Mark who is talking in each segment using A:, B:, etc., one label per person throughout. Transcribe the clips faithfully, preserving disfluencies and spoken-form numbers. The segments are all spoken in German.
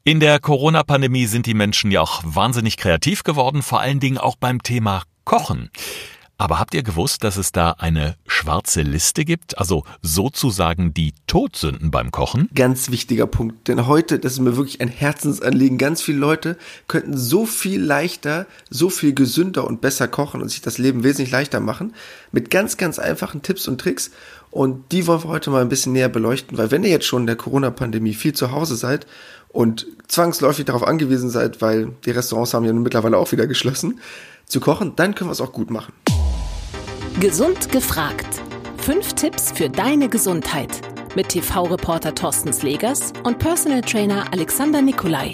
A: In der Corona-Pandemie sind die Menschen ja auch wahnsinnig kreativ geworden, vor allen Dingen auch beim Thema Kochen. Aber habt ihr gewusst, dass es da eine schwarze Liste gibt? Also sozusagen die Todsünden beim Kochen?
B: Ganz wichtiger Punkt, denn heute, das ist mir wirklich ein Herzensanliegen, ganz viele Leute könnten so viel leichter, so viel gesünder und besser kochen und sich das Leben wesentlich leichter machen, mit ganz, ganz einfachen Tipps und Tricks. Und die wollen wir heute mal ein bisschen näher beleuchten, weil wenn ihr jetzt schon in der Corona-Pandemie viel zu Hause seid und zwangsläufig darauf angewiesen seid, weil die Restaurants haben ja nun mittlerweile auch wieder geschlossen, zu kochen, dann können wir es auch gut machen.
C: Gesund gefragt. Fünf Tipps für deine Gesundheit. Mit T V-Reporter Thorsten Slegers und Personal Trainer Alexander Nikolai.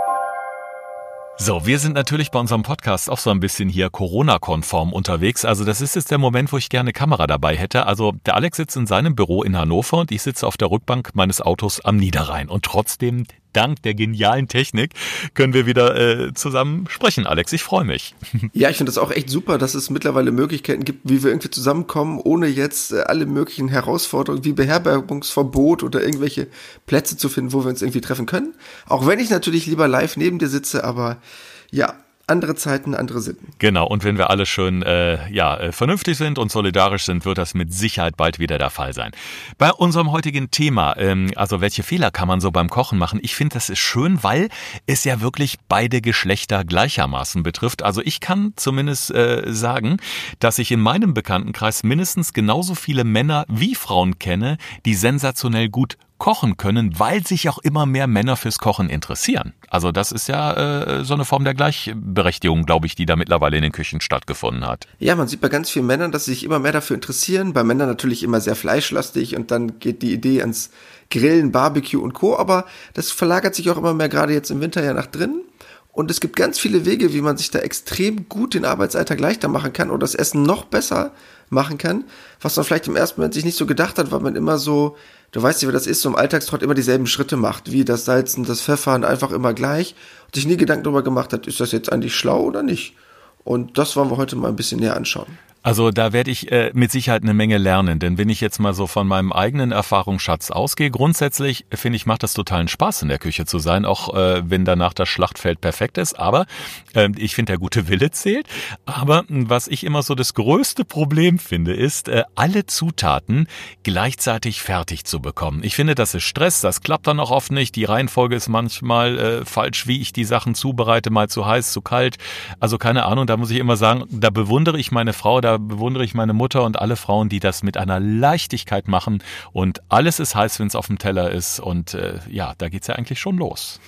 A: So, wir sind natürlich bei unserem Podcast auch so ein bisschen hier Corona-konform unterwegs. Also das ist jetzt der Moment, wo ich gerne Kamera dabei hätte. Also der Alex sitzt in seinem Büro in Hannover und ich sitze auf der Rückbank meines Autos am Niederrhein. Und trotzdem, dank der genialen Technik, können wir wieder äh, zusammen sprechen, Alex. Ich freue mich.
B: Ja, ich finde das auch echt super, dass es mittlerweile Möglichkeiten gibt, wie wir irgendwie zusammenkommen, ohne jetzt äh, alle möglichen Herausforderungen wie Beherbergungsverbot oder irgendwelche Plätze zu finden, wo wir uns irgendwie treffen können. Auch wenn ich natürlich lieber live neben dir sitze, aber ja, andere Zeiten, andere Sitten.
A: Genau, und wenn wir alle schön äh, ja, äh, vernünftig sind und solidarisch sind, wird das mit Sicherheit bald wieder der Fall sein. Bei unserem heutigen Thema, ähm, also welche Fehler kann man so beim Kochen machen? Ich finde, das ist schön, weil es ja wirklich beide Geschlechter gleichermaßen betrifft. Also ich kann zumindest äh, sagen, dass ich in meinem Bekanntenkreis mindestens genauso viele Männer wie Frauen kenne, die sensationell gut kochen können, weil sich auch immer mehr Männer fürs Kochen interessieren. Also das ist ja äh, so eine Form der Gleichberechtigung, glaube ich, die da mittlerweile in den Küchen stattgefunden hat.
B: Ja, man sieht bei ganz vielen Männern, dass sie sich immer mehr dafür interessieren. Bei Männern natürlich immer sehr fleischlastig und dann geht die Idee ans Grillen, Barbecue und Co. Aber das verlagert sich auch immer mehr, gerade jetzt im Winter ja nach drinnen. Und es gibt ganz viele Wege, wie man sich da extrem gut den Arbeitsalltag leichter machen kann oder das Essen noch besser machen kann, was man vielleicht im ersten Moment sich nicht so gedacht hat, weil man immer so, du weißt ja, wie das ist, so im Alltagstrott immer dieselben Schritte macht, wie das Salzen, das Pfeffern, einfach immer gleich und sich nie Gedanken darüber gemacht hat, ist das jetzt eigentlich schlau oder nicht? Und das wollen wir heute mal ein bisschen näher anschauen.
A: Also da werde ich äh, mit Sicherheit eine Menge lernen, denn wenn ich jetzt mal so von meinem eigenen Erfahrungsschatz ausgehe, grundsätzlich finde ich, macht das totalen Spaß in der Küche zu sein, auch äh, wenn danach das Schlachtfeld perfekt ist, aber äh, ich finde, der gute Wille zählt. Aber was ich immer so das größte Problem finde, ist, äh, alle Zutaten gleichzeitig fertig zu bekommen. Ich finde, das ist Stress, das klappt dann auch oft nicht, die Reihenfolge ist manchmal äh, falsch, wie ich die Sachen zubereite, mal zu heiß, zu kalt, also keine Ahnung, da muss ich immer sagen, da bewundere ich meine Frau, da Da bewundere ich meine Mutter und alle Frauen, die das mit einer Leichtigkeit machen und alles ist heiß, wenn es auf dem Teller ist und äh, ja, da geht's ja eigentlich schon los.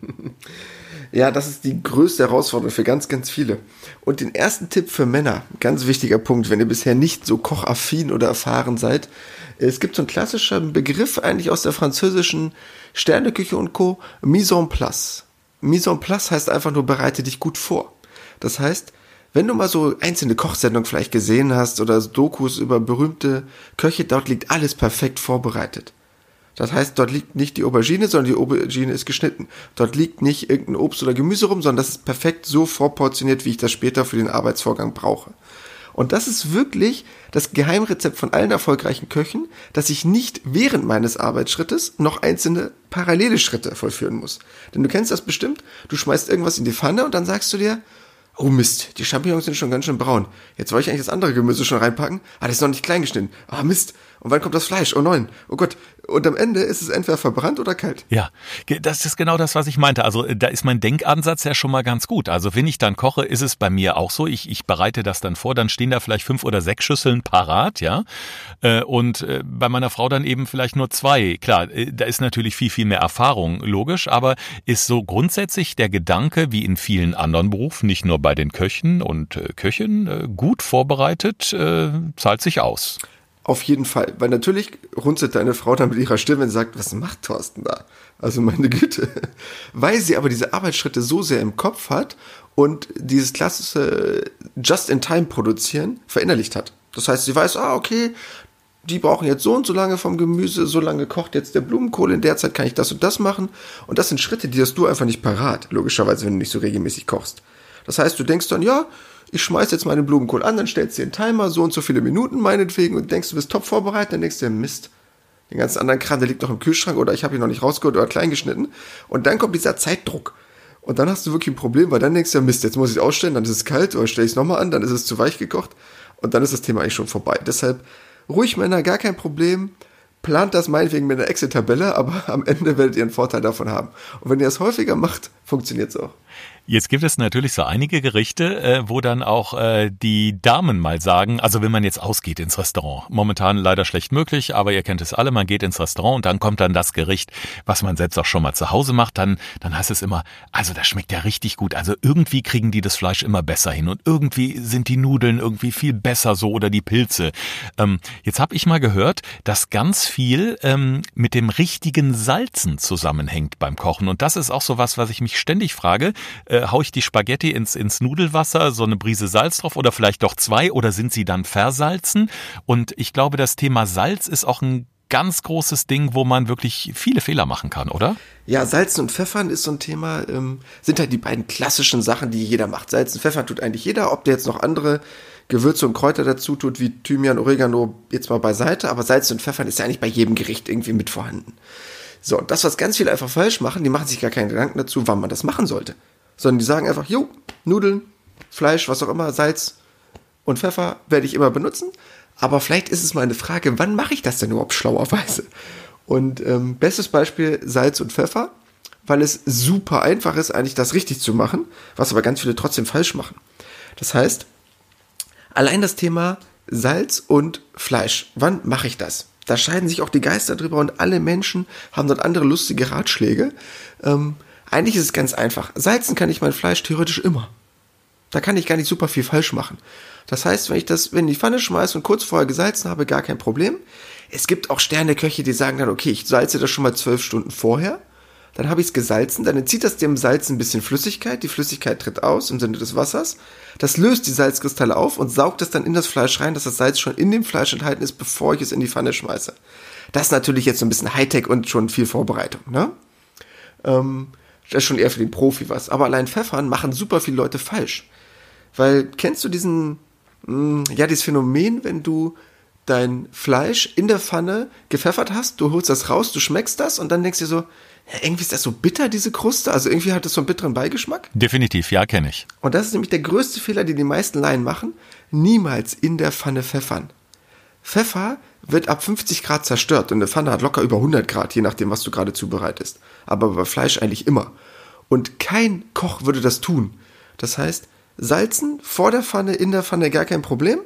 B: Ja, das ist die größte Herausforderung für ganz, ganz viele. Und den ersten Tipp für Männer, ganz wichtiger Punkt, wenn ihr bisher nicht so kochaffin oder erfahren seid, es gibt so einen klassischen Begriff eigentlich aus der französischen Sterneküche und Co., Mise en place. Mise en place heißt einfach nur, bereite dich gut vor. Das heißt, wenn du mal so einzelne Kochsendungen vielleicht gesehen hast oder Dokus über berühmte Köche, dort liegt alles perfekt vorbereitet. Das heißt, dort liegt nicht die Aubergine, sondern die Aubergine ist geschnitten. Dort liegt nicht irgendein Obst oder Gemüse rum, sondern das ist perfekt so vorportioniert, wie ich das später für den Arbeitsvorgang brauche. Und das ist wirklich das Geheimrezept von allen erfolgreichen Köchen, dass ich nicht während meines Arbeitsschrittes noch einzelne parallele Schritte vollführen muss. Denn du kennst das bestimmt, du schmeißt irgendwas in die Pfanne und dann sagst du dir, oh Mist, die Champignons sind schon ganz schön braun. Jetzt wollte ich eigentlich das andere Gemüse schon reinpacken. Ah, das ist noch nicht klein geschnitten. Ah, Mist. Und wann kommt das Fleisch? Oh nein. Oh Gott. Und am Ende ist es entweder verbrannt oder kalt.
A: Ja, das ist genau das, was ich meinte. Also da ist mein Denkansatz ja schon mal ganz gut. Also wenn ich dann koche, ist es bei mir auch so. Ich, ich bereite das dann vor, dann stehen da vielleicht fünf oder sechs Schüsseln parat, ja. Und bei meiner Frau dann eben vielleicht nur zwei. Klar, da ist natürlich viel, viel mehr Erfahrung, logisch, aber ist so grundsätzlich der Gedanke, wie in vielen anderen Berufen, nicht nur bei den Köchen und Köchinnen, gut vorbereitet, zahlt sich aus.
B: Auf jeden Fall, weil natürlich runzelt deine Frau dann mit ihrer Stimme und sagt, was macht Thorsten da? Also meine Güte. Weil sie aber diese Arbeitsschritte so sehr im Kopf hat und dieses klassische Just-in-Time produzieren verinnerlicht hat. Das heißt, sie weiß, ah, okay, die brauchen jetzt so und so lange vom Gemüse, so lange kocht jetzt der Blumenkohl, in der Zeit kann ich das und das machen. Und das sind Schritte, die hast du einfach nicht parat, logischerweise, wenn du nicht so regelmäßig kochst. Das heißt, du denkst dann, ja, ich schmeiß jetzt meinen Blumenkohl an, dann stellst du dir einen Timer, so und so viele Minuten meinetwegen und denkst, du bist top vorbereitet, dann denkst du dir, Mist, Den ganzen anderen Kram, der liegt noch im Kühlschrank oder ich habe ihn noch nicht rausgeholt oder klein geschnitten. Und dann kommt dieser Zeitdruck. Und dann hast du wirklich ein Problem, weil dann denkst du ja, Mist, jetzt muss ich es ausstellen, dann ist es kalt oder stelle ich es nochmal an, dann ist es zu weich gekocht und dann ist das Thema eigentlich schon vorbei. Deshalb ruhig, Männer, gar kein Problem. Plant das meinetwegen mit einer Excel-Tabelle, aber am Ende werdet ihr einen Vorteil davon haben. Und wenn ihr das häufiger macht, funktioniert es auch.
A: Jetzt gibt es natürlich so einige Gerichte, äh, wo dann auch äh, die Damen mal sagen, also wenn man jetzt ausgeht ins Restaurant, momentan leider schlecht möglich, aber ihr kennt es alle, man geht ins Restaurant und dann kommt dann das Gericht, was man selbst auch schon mal zu Hause macht, dann dann heißt es immer, also das schmeckt ja richtig gut, also irgendwie kriegen die das Fleisch immer besser hin und irgendwie sind die Nudeln irgendwie viel besser so oder die Pilze. Ähm, jetzt habe ich mal gehört, dass ganz viel ähm, mit dem richtigen Salzen zusammenhängt beim Kochen und das ist auch so was, was ich mich ständig frage, äh, hau ich die Spaghetti ins, ins Nudelwasser, so eine Prise Salz drauf oder vielleicht doch zwei oder sind sie dann versalzen? Und ich glaube, das Thema Salz ist auch ein ganz großes Ding, wo man wirklich viele Fehler machen kann, oder?
B: Ja, Salzen und Pfeffern ist so ein Thema, ähm, sind halt die beiden klassischen Sachen, die jeder macht. Salz und Pfeffer tut eigentlich jeder, ob der jetzt noch andere Gewürze und Kräuter dazu tut, wie Thymian, Oregano, jetzt mal beiseite, aber Salz und Pfeffern ist ja eigentlich bei jedem Gericht irgendwie mit vorhanden. So, und das, was ganz viele einfach falsch machen, die machen sich gar keinen Gedanken dazu, wann man das machen sollte. Sondern die sagen einfach, jo, Nudeln, Fleisch, was auch immer, Salz und Pfeffer werde ich immer benutzen. Aber vielleicht ist es mal eine Frage, wann mache ich das denn überhaupt schlauerweise? Und ähm, bestes Beispiel Salz und Pfeffer, weil es super einfach ist, eigentlich das richtig zu machen, was aber ganz viele trotzdem falsch machen. Das heißt, allein das Thema Salz und Fleisch, wann mache ich das? Da scheiden sich auch die Geister drüber und alle Menschen haben dort andere lustige Ratschläge. Ähm, Eigentlich ist es ganz einfach. Salzen kann ich mein Fleisch theoretisch immer. Da kann ich gar nicht super viel falsch machen. Das heißt, wenn ich das in die Pfanne schmeiße und kurz vorher gesalzen habe, gar kein Problem. Es gibt auch Sterneköche, die sagen dann, okay, ich salze das schon mal zwölf Stunden vorher. Dann habe ich es gesalzen, dann entzieht das dem Salz ein bisschen Flüssigkeit. Die Flüssigkeit tritt aus im Sinne des Wassers. Das löst die Salzkristalle auf und saugt es dann in das Fleisch rein, dass das Salz schon in dem Fleisch enthalten ist, bevor ich es in die Pfanne schmeiße. Das ist natürlich jetzt so ein bisschen Hightech und schon viel Vorbereitung, ne? Ähm... Das ist schon eher für den Profi was. Aber allein Pfeffern machen super viele Leute falsch. Weil, kennst du diesen, mh, ja, dieses Phänomen, wenn du dein Fleisch in der Pfanne gepfeffert hast, du holst das raus, du schmeckst das und dann denkst du dir so, ja, irgendwie ist das so bitter, diese Kruste. Also irgendwie hat das so einen bitteren Beigeschmack.
A: Definitiv, ja, kenne ich.
B: Und das ist nämlich der größte Fehler, den die meisten Laien machen. Niemals in der Pfanne pfeffern. Pfeffer wird ab fünfzig Grad zerstört und eine Pfanne hat locker über hundert Grad, je nachdem, was du gerade zubereitest. Aber bei Fleisch eigentlich immer. Und kein Koch würde das tun. Das heißt, salzen vor der Pfanne, in der Pfanne gar kein Problem.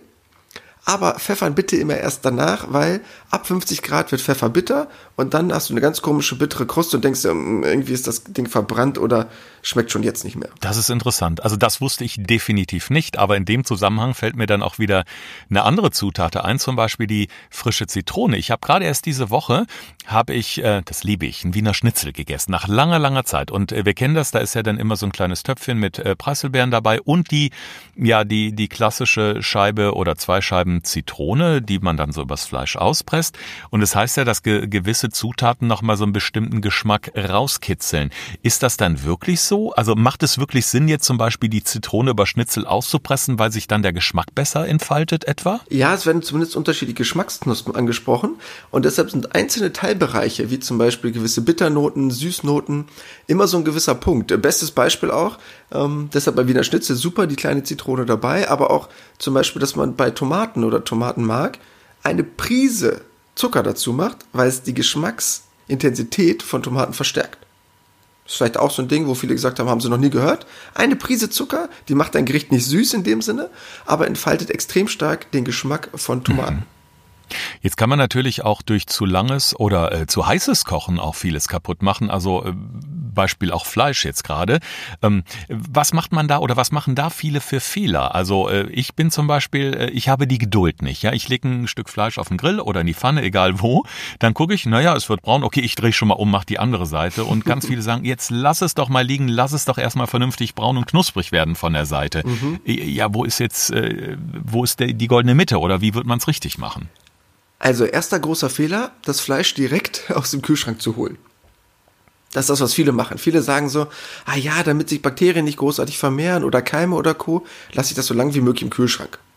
B: Aber pfeffern bitte immer erst danach, weil ab fünfzig Grad wird Pfeffer bitter und dann hast du eine ganz komische, bittere Kruste und denkst dir, irgendwie ist das Ding verbrannt oder schmeckt schon jetzt nicht mehr.
A: Das ist interessant. Also das wusste ich definitiv nicht, aber in dem Zusammenhang fällt mir dann auch wieder eine andere Zutat ein, zum Beispiel die frische Zitrone. Ich habe gerade erst diese Woche, habe ich, äh, das liebe ich, ein Wiener Schnitzel gegessen, nach langer, langer Zeit. Und äh, wir kennen das, da ist ja dann immer so ein kleines Töpfchen mit äh, Preiselbeeren dabei und die, ja, die, die klassische Scheibe oder zwei Scheiben Zitrone, die man dann so übers Fleisch auspresst. Und es das heißt ja, dass ge- gewisse Zutaten nochmal so einen bestimmten Geschmack rauskitzeln. Ist das dann wirklich so? Also macht es wirklich Sinn, jetzt zum Beispiel die Zitrone über Schnitzel auszupressen, weil sich dann der Geschmack besser entfaltet etwa?
B: Ja, es werden zumindest unterschiedliche Geschmacksknospen angesprochen und deshalb sind einzelne Teilbereiche, wie zum Beispiel gewisse Bitternoten, Süßnoten, immer so ein gewisser Punkt. Bestes Beispiel auch, ähm, deshalb bei Wiener Schnitzel super die kleine Zitrone dabei, aber auch zum Beispiel, dass man bei Tomaten oder Tomatenmark eine Prise Zucker dazu macht, weil es die Geschmacksintensität von Tomaten verstärkt. Das ist vielleicht auch so ein Ding, wo viele gesagt haben, haben sie noch nie gehört. Eine Prise Zucker, die macht ein Gericht nicht süß in dem Sinne, aber entfaltet extrem stark den Geschmack von Tomaten.
A: Mhm. Jetzt kann man natürlich auch durch zu langes oder äh, zu heißes Kochen auch vieles kaputt machen. Also äh, Beispiel auch Fleisch jetzt gerade. Ähm, was macht man da oder was machen da viele für Fehler? Also äh, ich bin zum Beispiel, äh, ich habe die Geduld nicht. Ja, ich lege ein Stück Fleisch auf den Grill oder in die Pfanne, egal wo. Dann gucke ich, naja, es wird braun. Okay, ich drehe schon mal um, mach die andere Seite. Und ganz viele sagen, jetzt lass es doch mal liegen, lass es doch erstmal vernünftig braun und knusprig werden von der Seite. Mhm. Ja, wo ist jetzt, äh, wo ist der, die goldene Mitte oder wie wird man es richtig machen?
B: Also erster großer Fehler, das Fleisch direkt aus dem Kühlschrank zu holen. Das ist das, was viele machen. Viele sagen so, ah ja, damit sich Bakterien nicht großartig vermehren oder Keime oder Co., lasse ich das so lange wie möglich im Kühlschrank.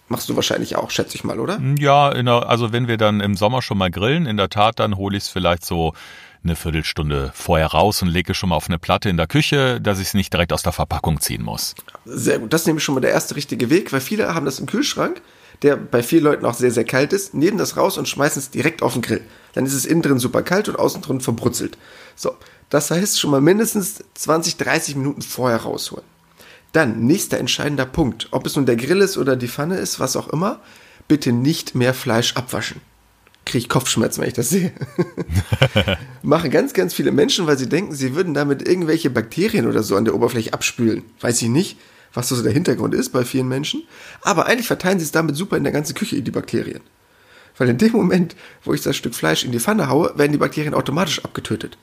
B: machst du wahrscheinlich auch, schätze ich mal, oder?
A: Ja, in der, also wenn wir dann im Sommer schon mal grillen, in der Tat, dann hole ich es vielleicht so eine Viertelstunde vorher raus und lege schon mal auf eine Platte in der Küche, dass ich es nicht direkt aus der Verpackung ziehen muss.
B: Sehr gut, das ist nämlich schon mal der erste richtige Weg, weil viele haben das im Kühlschrank, der bei vielen Leuten auch sehr, sehr kalt ist, nehmen das raus und schmeißen es direkt auf den Grill. Dann ist es innen drin super kalt und außen drin verbrutzelt. So, das heißt schon mal mindestens zwanzig, dreißig Minuten vorher rausholen. Dann, nächster entscheidender Punkt, ob es nun der Grill ist oder die Pfanne ist, was auch immer, bitte nicht mehr Fleisch abwaschen. Kriege ich Kopfschmerzen, wenn ich das sehe. Machen ganz, ganz viele Menschen, weil sie denken, sie würden damit irgendwelche Bakterien oder so an der Oberfläche abspülen. Weiß ich nicht, was so der Hintergrund ist bei vielen Menschen. Aber eigentlich verteilen sie es damit super in der ganzen Küche, die Bakterien. Weil in dem Moment, wo ich das Stück Fleisch in die Pfanne haue, werden die Bakterien automatisch abgetötet.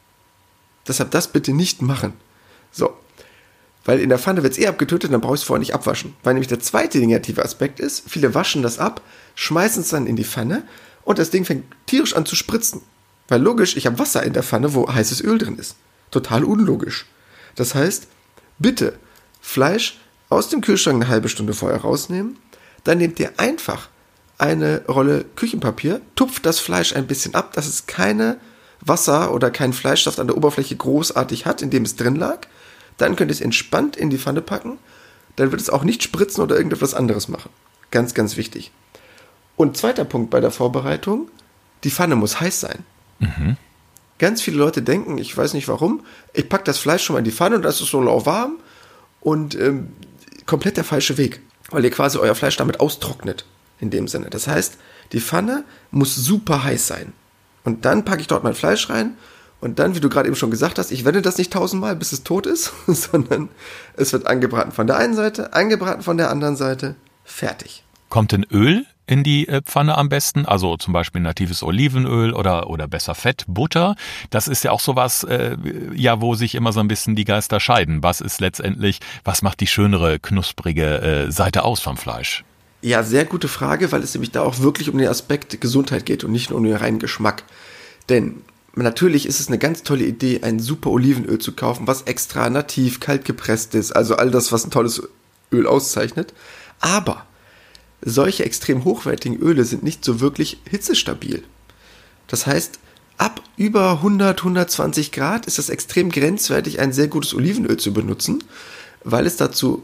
B: Deshalb das bitte nicht machen. So. Weil in der Pfanne wird es eh abgetötet, dann brauche ich es vorher nicht abwaschen. Weil nämlich der zweite negative Aspekt ist, viele waschen das ab, schmeißen es dann in die Pfanne und das Ding fängt tierisch an zu spritzen. Weil logisch, ich habe Wasser in der Pfanne, wo heißes Öl drin ist. Total unlogisch. Das heißt, bitte Fleisch aus dem Kühlschrank eine halbe Stunde vorher rausnehmen, dann nehmt ihr einfach eine Rolle Küchenpapier, tupft das Fleisch ein bisschen ab, dass es keine Wasser oder keinen Fleischsaft an der Oberfläche großartig hat, in dem es drin lag. Dann könnt ihr es entspannt in die Pfanne packen. Dann wird es auch nicht spritzen oder irgendetwas anderes machen. Ganz, ganz wichtig. Und zweiter Punkt bei der Vorbereitung, die Pfanne muss heiß sein. Mhm. Ganz viele Leute denken, ich weiß nicht warum, ich packe das Fleisch schon mal in die Pfanne und das ist so lauwarm und ähm, komplett der falsche Weg, weil ihr quasi euer Fleisch damit austrocknet, in dem Sinne. Das heißt, die Pfanne muss super heiß sein. Und dann packe ich dort mein Fleisch rein und dann, wie du gerade eben schon gesagt hast, ich wende das nicht tausendmal, bis es tot ist, sondern es wird angebraten von der einen Seite, angebraten von der anderen Seite, fertig.
A: Kommt denn Öl in die Pfanne am besten? Also zum Beispiel natives Olivenöl oder oder besser Fett, Butter. Das ist ja auch sowas, äh, ja, wo sich immer so ein bisschen die Geister scheiden. Was ist letztendlich, was macht die schönere, knusprige äh, Seite aus vom Fleisch?
B: Ja, sehr gute Frage, weil es nämlich da auch wirklich um den Aspekt Gesundheit geht und nicht nur um den reinen Geschmack. Denn natürlich ist es eine ganz tolle Idee, ein super Olivenöl zu kaufen, was extra nativ, kalt gepresst ist, also all das, was ein tolles Öl auszeichnet. Aber solche extrem hochwertigen Öle sind nicht so wirklich hitzestabil. Das heißt, ab über hundert, hundertzwanzig Grad ist es extrem grenzwertig, ein sehr gutes Olivenöl zu benutzen, weil es dazu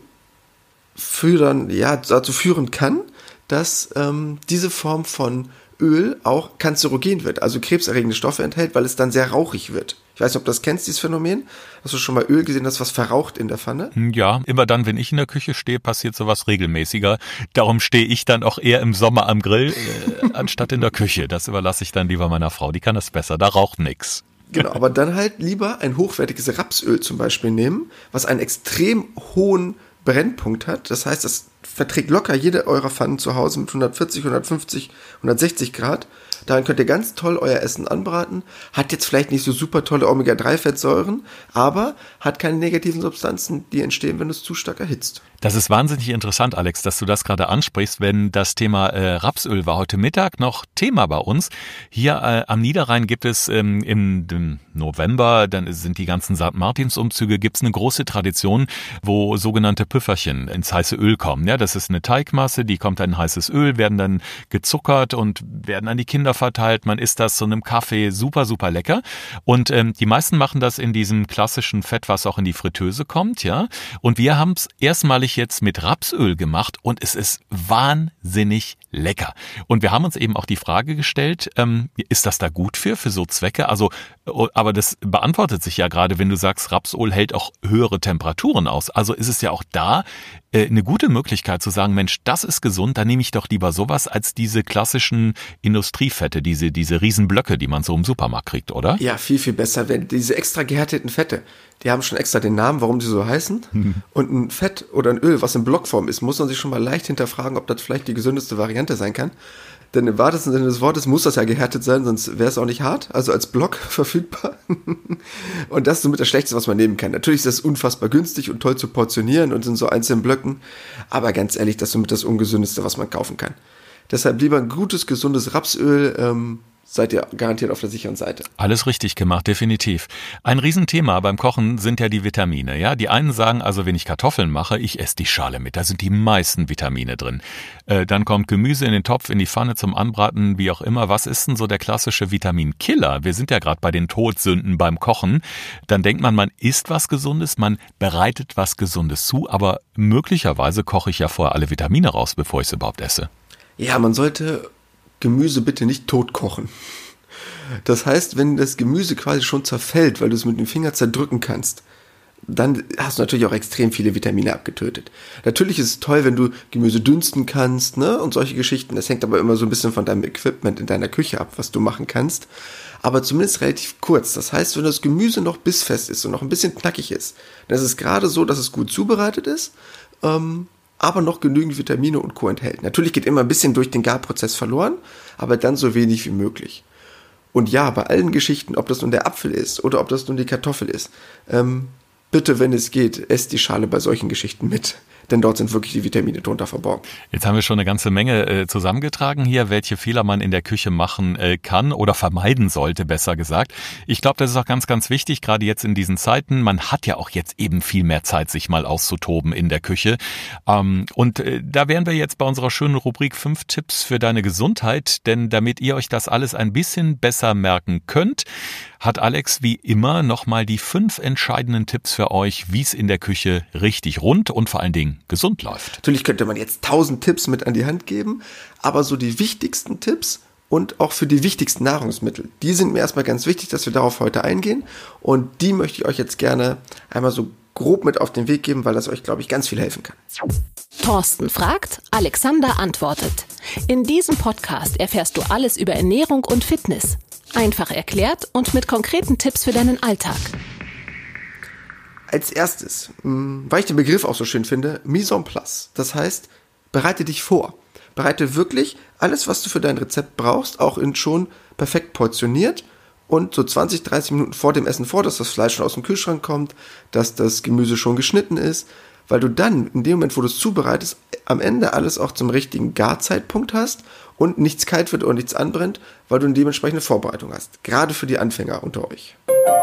B: führen, ja, dazu führen kann, dass ähm, diese Form von Öl auch kanzerogen wird, also krebserregende Stoffe enthält, weil es dann sehr rauchig wird. Ich weiß nicht, ob du das kennst, dieses Phänomen. Hast du schon mal Öl gesehen, das was verraucht in der Pfanne?
A: Ja, immer dann, wenn ich in der Küche stehe, passiert sowas regelmäßiger. Darum stehe ich dann auch eher im Sommer am Grill, äh, anstatt in der Küche. Das überlasse ich dann lieber meiner Frau, die kann das besser, da raucht nix.
B: Genau, aber dann halt lieber ein hochwertiges Rapsöl zum Beispiel nehmen, was einen extrem hohen Brennpunkt hat. Das heißt, das verträgt locker jede eurer Pfannen zu Hause mit hundertvierzig, hundertfünfzig, hundertsechzig Grad. Daran könnt ihr ganz toll euer Essen anbraten. Hat jetzt vielleicht nicht so super tolle Omega drei Fettsäuren, aber hat keine negativen Substanzen, die entstehen, wenn du es zu stark erhitzt.
A: Das ist wahnsinnig interessant, Alex, dass du das gerade ansprichst, wenn das Thema äh, Rapsöl war heute Mittag noch Thema bei uns. Hier äh, am Niederrhein gibt es ähm, im, im November, dann sind die ganzen Sankt Martins-Umzüge, gibt es eine große Tradition, wo sogenannte Püfferchen ins heiße Öl kommen. Ja, das ist eine Teigmasse, die kommt in heißes Öl, werden dann gezuckert und werden an die Kinder verteilt. Man isst das zu einem Kaffee, super, super lecker. Und ähm, die meisten machen das in diesem klassischen Fett, was auch in die Fritteuse kommt, ja. Und wir haben es erstmalig jetzt mit Rapsöl gemacht und es ist wahnsinnig lecker. Und wir haben uns eben auch die Frage gestellt, ähm, ist das da gut für, für so Zwecke? Also, aber das beantwortet sich ja gerade, wenn du sagst, Rapsöl hält auch höhere Temperaturen aus. Also ist es ja auch da äh, eine gute Möglichkeit zu sagen, Mensch, das ist gesund, dann nehme ich doch lieber sowas als diese klassischen Industriefette, diese, diese Riesenblöcke, die man so im Supermarkt kriegt, oder?
B: Ja, viel, viel besser. Wenn diese extra gehärteten Fette, die haben schon extra den Namen, warum die so heißen. Mhm. Und ein Fett oder ein Öl, was in Blockform ist, muss man sich schon mal leicht hinterfragen, ob das vielleicht die gesündeste Variante sein kann. Denn im wahrsten Sinne des Wortes muss das ja gehärtet sein, sonst wäre es auch nicht hart, also als Block verfügbar. Und das ist somit das Schlechteste, was man nehmen kann. Natürlich ist das unfassbar günstig und toll zu portionieren und in so einzelnen Blöcken, aber ganz ehrlich, das ist somit das Ungesündeste, was man kaufen kann. Deshalb lieber ein gutes, gesundes Rapsöl, ähm, seid ihr garantiert auf der sicheren Seite.
A: Alles richtig gemacht, definitiv. Ein Riesenthema beim Kochen sind ja die Vitamine. Ja, die einen sagen also, wenn ich Kartoffeln mache, ich esse die Schale mit. Da sind die meisten Vitamine drin. Äh, dann kommt Gemüse in den Topf, in die Pfanne zum Anbraten, wie auch immer. Was ist denn so der klassische Vitaminkiller? Wir sind ja gerade bei den Todsünden beim Kochen. Dann denkt man, man isst was Gesundes, man bereitet was Gesundes zu, aber möglicherweise koche ich ja vorher alle Vitamine raus, bevor ich es überhaupt esse.
B: Ja, man sollte Gemüse bitte nicht tot kochen. Das heißt, wenn das Gemüse quasi schon zerfällt, weil du es mit dem Finger zerdrücken kannst, dann hast du natürlich auch extrem viele Vitamine abgetötet. Natürlich ist es toll, wenn du Gemüse dünsten kannst, ne, und solche Geschichten. Das hängt aber immer so ein bisschen von deinem Equipment in deiner Küche ab, was du machen kannst. Aber zumindest relativ kurz. Das heißt, wenn das Gemüse noch bissfest ist und noch ein bisschen knackig ist, dann ist es gerade so, dass es gut zubereitet ist, ähm, aber noch genügend Vitamine und Co. enthält. Natürlich geht immer ein bisschen durch den Garprozess verloren, aber dann so wenig wie möglich. Und ja, bei allen Geschichten, ob das nun der Apfel ist oder ob das nun die Kartoffel ist, ähm, bitte, wenn es geht, esst die Schale bei solchen Geschichten mit. Denn dort sind wirklich die Vitamine drunter verborgen.
A: Jetzt haben wir schon eine ganze Menge äh, zusammengetragen hier, welche Fehler man in der Küche machen äh, kann oder vermeiden sollte, besser gesagt. Ich glaube, das ist auch ganz, ganz wichtig, gerade jetzt in diesen Zeiten. Man hat ja auch jetzt eben viel mehr Zeit, sich mal auszutoben in der Küche. Ähm, und äh, da wären wir jetzt bei unserer schönen Rubrik fünf Tipps für deine Gesundheit. Denn damit ihr euch das alles ein bisschen besser merken könnt, hat Alex wie immer nochmal die fünf entscheidenden Tipps für euch, wie es in der Küche richtig rund und vor allen Dingen gesund läuft.
B: Natürlich könnte man jetzt tausend Tipps mit an die Hand geben, aber so die wichtigsten Tipps und auch für die wichtigsten Nahrungsmittel, die sind mir erstmal ganz wichtig, dass wir darauf heute eingehen und die möchte ich euch jetzt gerne einmal so grob mit auf den Weg geben, weil das euch, glaube ich, ganz viel helfen kann.
C: Thorsten fragt, Alexander antwortet. In diesem Podcast erfährst du alles über Ernährung und Fitness. Einfach erklärt und mit konkreten Tipps für deinen Alltag.
B: Als erstes, weil ich den Begriff auch so schön finde, Mise en place. Das heißt, bereite dich vor. Bereite wirklich alles, was du für dein Rezept brauchst, auch in schon perfekt portioniert und so zwanzig, dreißig Minuten vor dem Essen vor, dass das Fleisch schon aus dem Kühlschrank kommt, dass das Gemüse schon geschnitten ist, weil du dann, in dem Moment, wo du es zubereitest, am Ende alles auch zum richtigen Garzeitpunkt hast und nichts kalt wird oder nichts anbrennt, weil du eine dementsprechende Vorbereitung hast. Gerade für die Anfänger unter euch.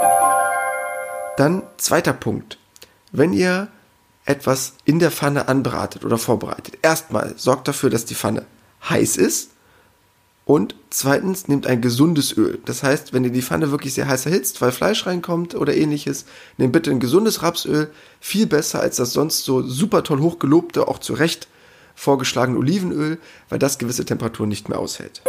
B: Dann zweiter Punkt. Wenn ihr etwas in der Pfanne anbratet oder vorbereitet, erstmal sorgt dafür, dass die Pfanne heiß ist und zweitens nehmt ein gesundes Öl. Das heißt, wenn ihr die Pfanne wirklich sehr heiß erhitzt, weil Fleisch reinkommt oder ähnliches, nehmt bitte ein gesundes Rapsöl, viel besser als das sonst so super toll hochgelobte, auch zu Recht vorgeschlagene Olivenöl, weil das gewisse Temperaturen nicht mehr aushält.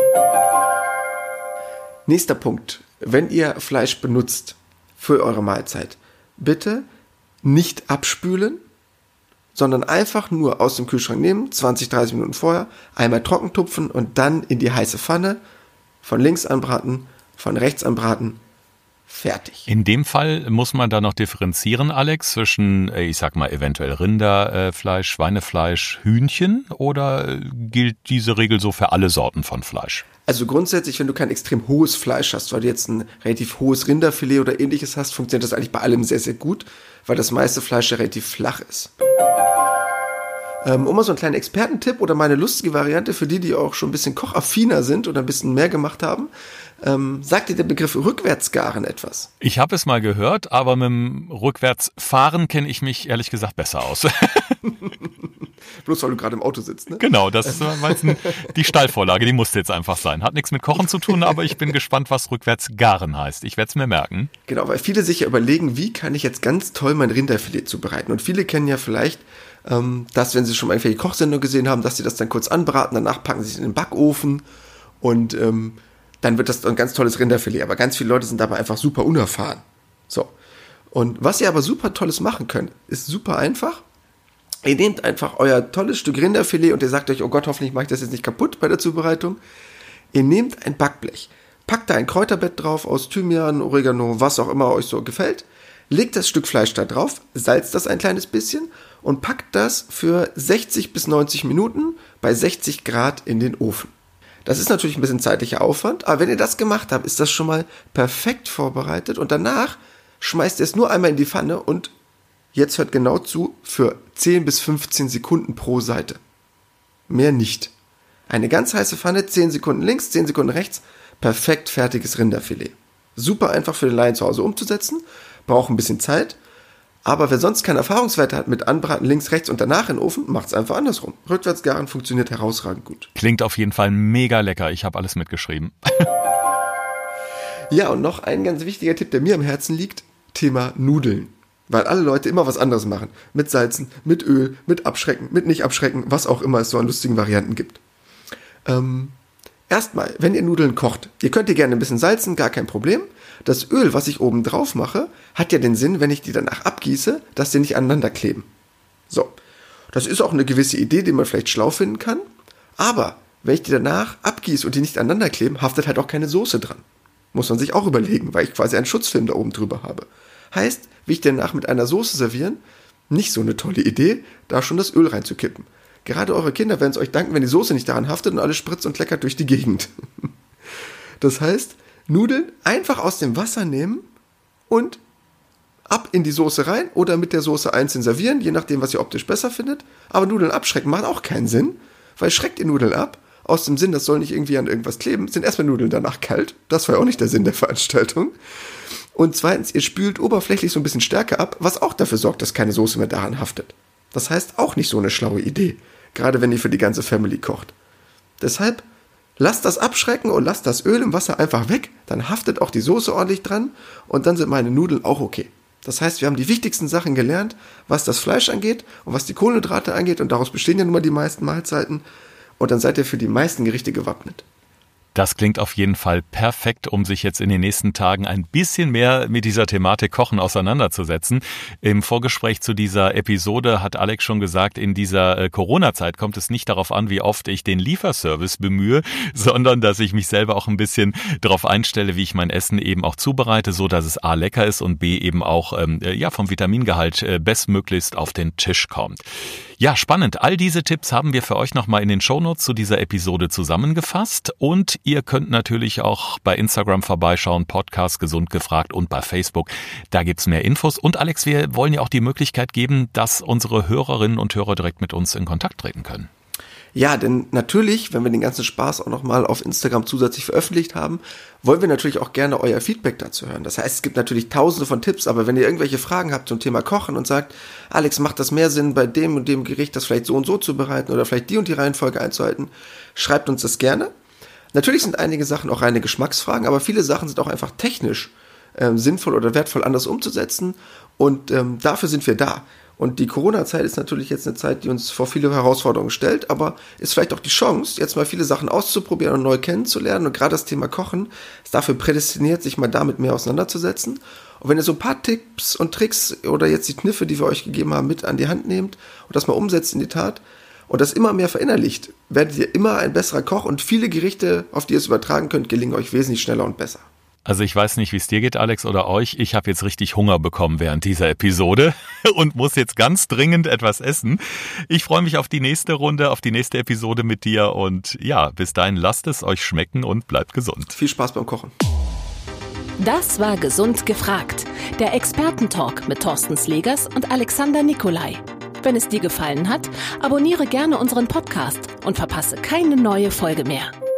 B: Nächster Punkt. Wenn ihr Fleisch benutzt für eure Mahlzeit, bitte nicht abspülen, sondern einfach nur aus dem Kühlschrank nehmen, zwanzig, dreißig Minuten vorher, einmal trocken tupfen und dann in die heiße Pfanne, von links anbraten, von rechts anbraten, fertig.
A: In dem Fall muss man da noch differenzieren, Alex, zwischen, ich sag mal, eventuell Rinderfleisch, Schweinefleisch, Hühnchen oder gilt diese Regel so für alle Sorten von Fleisch?
B: Also grundsätzlich, wenn du kein extrem hohes Fleisch hast, weil du jetzt ein relativ hohes Rinderfilet oder ähnliches hast, funktioniert das eigentlich bei allem sehr, sehr gut, weil das meiste Fleisch ja relativ flach ist. Ähm, um mal so einen kleinen Expertentipp oder meine lustige Variante für die, die auch schon ein bisschen kochaffiner sind oder ein bisschen mehr gemacht haben, ähm, sagt dir der Begriff Rückwärtsgaren etwas?
A: Ich habe es mal gehört, aber mit dem Rückwärtsfahren kenne ich mich ehrlich gesagt besser aus.
B: Bloß weil du gerade im Auto sitzt, ne?
A: Genau, das ist meistens die Steilvorlage, die musste jetzt einfach sein. Hat nichts mit Kochen zu tun, aber ich bin gespannt, was Rückwärtsgaren heißt. Ich werde es mir merken.
B: Genau, weil viele sich ja überlegen, wie kann ich jetzt ganz toll mein Rinderfilet zubereiten? Und viele kennen ja vielleicht ähm, das, wenn sie schon mal irgendwelche Kochsendungen gesehen haben, dass sie das dann kurz anbraten, danach packen sie es in den Backofen und ähm, dann wird das ein ganz tolles Rinderfilet. Aber ganz viele Leute sind dabei einfach super unerfahren. So. Und was ihr aber super Tolles machen könnt, ist super einfach. Ihr nehmt einfach euer tolles Stück Rinderfilet und ihr sagt euch, oh Gott, hoffentlich mache ich das jetzt nicht kaputt bei der Zubereitung. Ihr nehmt ein Backblech, packt da ein Kräuterbett drauf aus Thymian, Oregano, was auch immer euch so gefällt, legt das Stück Fleisch da drauf, salzt das ein kleines bisschen und packt das für sechzig bis neunzig Minuten bei sechzig Grad in den Ofen. Das ist natürlich ein bisschen zeitlicher Aufwand, aber wenn ihr das gemacht habt, ist das schon mal perfekt vorbereitet und danach schmeißt ihr es nur einmal in die Pfanne und jetzt hört genau zu, für zehn bis fünfzehn Sekunden pro Seite. Mehr nicht. Eine ganz heiße Pfanne, zehn Sekunden links, zehn Sekunden rechts, perfekt fertiges Rinderfilet. Super einfach für den Laien zu Hause umzusetzen, braucht ein bisschen Zeit, aber wer sonst keine Erfahrungswerte hat mit Anbraten links, rechts und danach in den Ofen, macht es einfach andersrum. Rückwärtsgaren funktioniert herausragend gut.
A: Klingt auf jeden Fall mega lecker, ich habe alles mitgeschrieben.
B: Ja, und noch ein ganz wichtiger Tipp, der mir am Herzen liegt, Thema Nudeln. Weil alle Leute immer was anderes machen. Mit Salzen, mit Öl, mit Abschrecken, mit nicht Abschrecken, was auch immer es so an lustigen Varianten gibt. Ähm, erstmal, wenn ihr Nudeln kocht, ihr könnt die gerne ein bisschen salzen, gar kein Problem. Das Öl, was ich oben drauf mache, hat ja den Sinn, wenn ich die danach abgieße, dass die nicht aneinander kleben. So, das ist auch eine gewisse Idee, die man vielleicht schlau finden kann. Aber wenn ich die danach abgieße und die nicht aneinander kleben, haftet halt auch keine Soße dran. Muss man sich auch überlegen, weil ich quasi einen Schutzfilm da oben drüber habe. Heißt, wie ich danach mit einer Soße servieren, nicht so eine tolle Idee, da schon das Öl reinzukippen. Gerade eure Kinder werden es euch danken, wenn die Soße nicht daran haftet und alles spritzt und kleckert durch die Gegend. Das heißt, Nudeln einfach aus dem Wasser nehmen und ab in die Soße rein oder mit der Soße einzeln servieren, je nachdem, was ihr optisch besser findet. Aber Nudeln abschrecken macht auch keinen Sinn, weil schreckt ihr Nudeln ab, aus dem Sinn, das soll nicht irgendwie an irgendwas kleben, sind erstmal Nudeln danach kalt. Das war ja auch nicht der Sinn der Veranstaltung. Und zweitens, ihr spült oberflächlich so ein bisschen Stärke ab, was auch dafür sorgt, dass keine Soße mehr daran haftet. Das heißt, auch nicht so eine schlaue Idee, gerade wenn ihr für die ganze Family kocht. Deshalb, lasst das abschrecken und lasst das Öl im Wasser einfach weg, dann haftet auch die Soße ordentlich dran und dann sind meine Nudeln auch okay. Das heißt, wir haben die wichtigsten Sachen gelernt, was das Fleisch angeht und was die Kohlenhydrate angeht und daraus bestehen ja nun mal die meisten Mahlzeiten und dann seid ihr für die meisten Gerichte gewappnet.
A: Das klingt auf jeden Fall perfekt, um sich jetzt in den nächsten Tagen ein bisschen mehr mit dieser Thematik Kochen auseinanderzusetzen. Im Vorgespräch zu dieser Episode hat Alex schon gesagt, in dieser äh, Corona-Zeit kommt es nicht darauf an, wie oft ich den Lieferservice bemühe, sondern dass ich mich selber auch ein bisschen darauf einstelle, wie ich mein Essen eben auch zubereite, so dass es A lecker ist und B eben auch ähm, ja vom Vitamingehalt äh, bestmöglichst auf den Tisch kommt. Ja, spannend. All diese Tipps haben wir für euch nochmal in den Shownotes zu dieser Episode zusammengefasst und ihr könnt natürlich auch bei Instagram vorbeischauen, Podcast Gesund gefragt und bei Facebook. Da gibt's mehr Infos. Und Alex, wir wollen ja auch die Möglichkeit geben, dass unsere Hörerinnen und Hörer direkt mit uns in Kontakt treten können.
B: Ja, denn natürlich, wenn wir den ganzen Spaß auch nochmal auf Instagram zusätzlich veröffentlicht haben, wollen wir natürlich auch gerne euer Feedback dazu hören. Das heißt, es gibt natürlich tausende von Tipps, aber wenn ihr irgendwelche Fragen habt zum Thema Kochen und sagt, Alex, macht das mehr Sinn, bei dem und dem Gericht das vielleicht so und so zu bereiten oder vielleicht die und die Reihenfolge einzuhalten, schreibt uns das gerne. Natürlich sind einige Sachen auch reine Geschmacksfragen, aber viele Sachen sind auch einfach technisch ähm, sinnvoll oder wertvoll anders umzusetzen und ähm, dafür sind wir da. Und die Corona-Zeit ist natürlich jetzt eine Zeit, die uns vor viele Herausforderungen stellt, aber ist vielleicht auch die Chance, jetzt mal viele Sachen auszuprobieren und neu kennenzulernen. Und gerade das Thema Kochen ist dafür prädestiniert, sich mal damit mehr auseinanderzusetzen. Und wenn ihr so ein paar Tipps und Tricks oder jetzt die Kniffe, die wir euch gegeben haben, mit an die Hand nehmt und das mal umsetzt in die Tat und das immer mehr verinnerlicht, werdet ihr immer ein besserer Koch und viele Gerichte, auf die ihr es übertragen könnt, gelingen euch wesentlich schneller und besser.
A: Also ich weiß nicht, wie es dir geht, Alex, oder euch. Ich habe jetzt richtig Hunger bekommen während dieser Episode und muss jetzt ganz dringend etwas essen. Ich freue mich auf die nächste Runde, auf die nächste Episode mit dir und ja, bis dahin lasst es euch schmecken und bleibt gesund.
B: Viel Spaß beim Kochen.
C: Das war Gesund gefragt, der Expertentalk mit Thorsten Slegers und Alexander Nikolai. Wenn es dir gefallen hat, abonniere gerne unseren Podcast und verpasse keine neue Folge mehr.